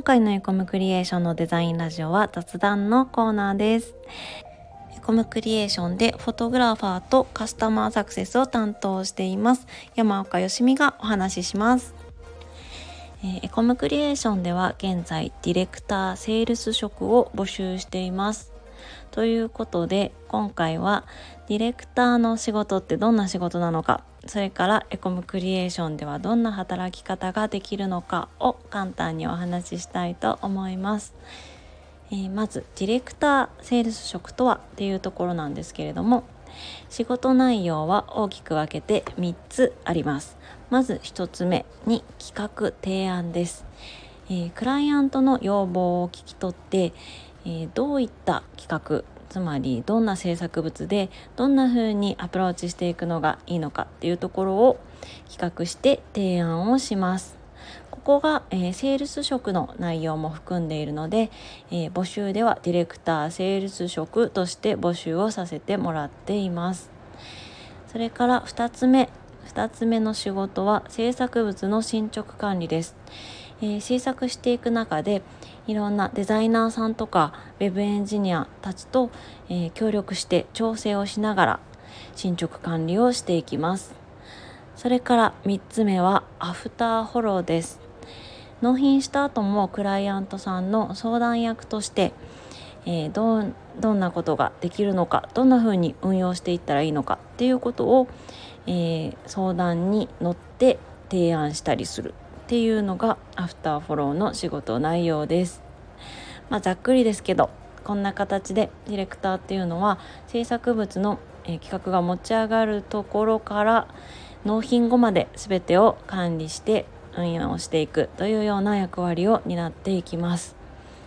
回のエコムクリエーションのデザインラジオは雑談のコーナーです。エコムクリエーションでフォトグラファーとカスタマーサクセスを担当しています山岡よしみがお話しします。エコムクリエーションでは現在ディレクターセールス職を募集しています。ということで今回はディレクターの仕事ってどんな仕事なのか、それからエコムクリエーションではどんな働き方ができるのかを簡単にお話ししたいと思います。まずディレクターセールス職とはっていうところなんですけれども、仕事内容は大きく分けて3つあります。まず1つ目に企画提案です。クライアントの要望を聞き取って、どういった企画、つまりどんな制作物でどんな風にアプローチしていくのがいいのかっていうところを企画して提案をします。ここが、セールス職の内容も含んでいるので、募集ではディレクターセールス職として募集をさせてもらっています。それから2つ目の仕事は制作物の進捗管理です。制作していく中でいろんなデザイナーさんとかウェブエンジニアたちと、協力して調整をしながら進捗管理をしていきます。それから3つ目はアフターフォローです。納品した後もクライアントさんの相談役として、どんなことができるのか、どんな風に運用していったらいいのかっていうことを、相談に乗って提案したりするっていうのがアフターフォローの仕事内容です。ざっくりですけどこんな形でディレクターっていうのは制作物の、企画が持ち上がるところから納品後まで全てを管理して運用していくというような役割を担っていきます。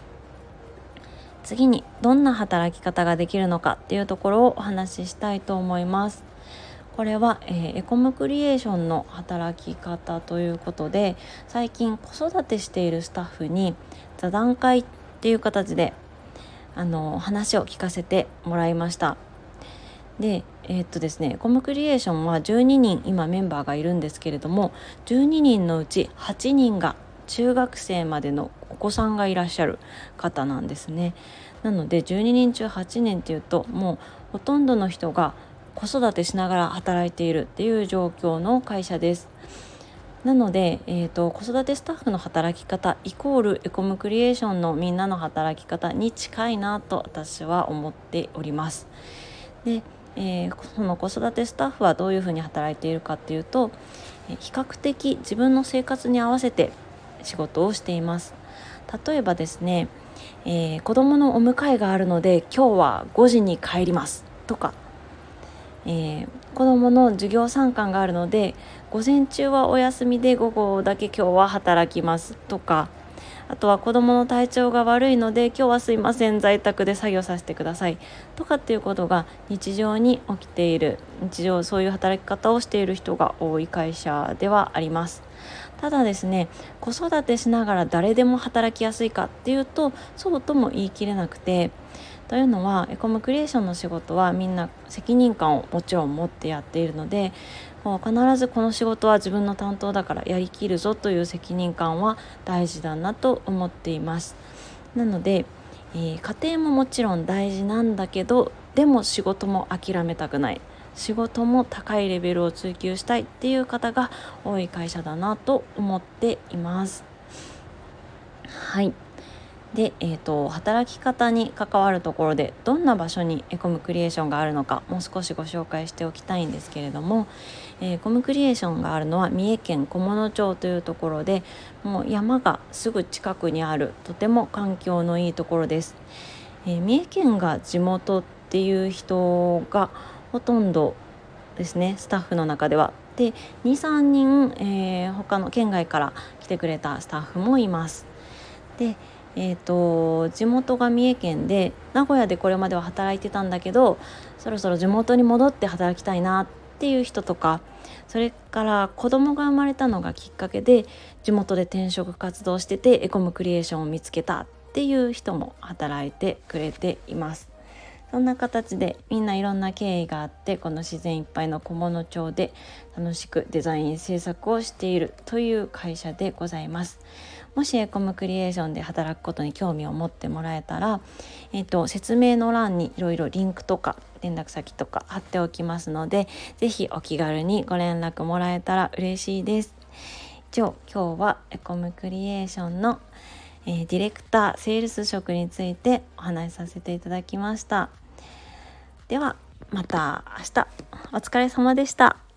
次にどんな働き方ができるのかっていうところをお話ししたいと思います。これは、エコムクリエーションの働き方ということで、最近子育てしているスタッフに座談会っていう形で話を聞かせてもらいました。で、ですね、エコムクリエーションは12人今メンバーがいるんですけれども、12人のうち8人が中学生までのお子さんがいらっしゃる方なんですね。なので12人中8人っていうと、もうほとんどの人が子育てしながら働いているっていう状況の会社です。なので、子育てスタッフの働き方イコールエコムクリエーションのみんなの働き方に近いなと私は思っております。で、その子育てスタッフはどういうふうに働いているかっていうと、比較的自分の生活に合わせて仕事をしています。例えばですね、子供のお迎えがあるので今日は5時に帰りますとか、子どもの授業参観があるので午前中はお休みで午後だけ今日は働きますとか、あとは子どもの体調が悪いので今日はすいません在宅で作業させてくださいとかっていうことが日常に起きている、そういう働き方をしている人が多い会社ではあります。ただですね、子育てしながら誰でも働きやすいかっていうとそうとも言い切れなくて、というのはエコムクリエーションの仕事はみんな責任感をもちろん持ってやっているので、もう必ずこの仕事は自分の担当だからやりきるぞという責任感は大事だなと思っています。なので、家庭ももちろん大事なんだけど、でも仕事も諦めたくない、仕事も高いレベルを追求したいっていう方が多い会社だなと思っています。はい。で、働き方に関わるところでどんな場所にエコムクリエーションがあるのかもう少しご紹介しておきたいんですけれども、エコムクリエーションがあるのは三重県菰野町というところで、もう山がすぐ近くにあるとても環境のいいところです。三重県が地元っていう人がほとんどですね、スタッフの中では。で 2,3 人、他の県外から来てくれたスタッフもいます。で地元が三重県で名古屋でこれまでは働いてたんだけど、そろそろ地元に戻って働きたいなっていう人とか、それから子供が生まれたのがきっかけで地元で転職活動しててエコムクリエーションを見つけたっていう人も働いてくれています。そんな形でみんないろんな経緯があって、この自然いっぱいの菰野町で楽しくデザイン制作をしているという会社でございます。 もしエコムクリエーションで働くことに興味を持ってもらえたら、説明の欄にいろいろリンクとか連絡先とか貼っておきますので、ぜひお気軽にご連絡もらえたら嬉しいです。今日はエコムクリエーションの、ディレクターセールス職についてお話しさせていただきました。ではまた明日。お疲れ様でした。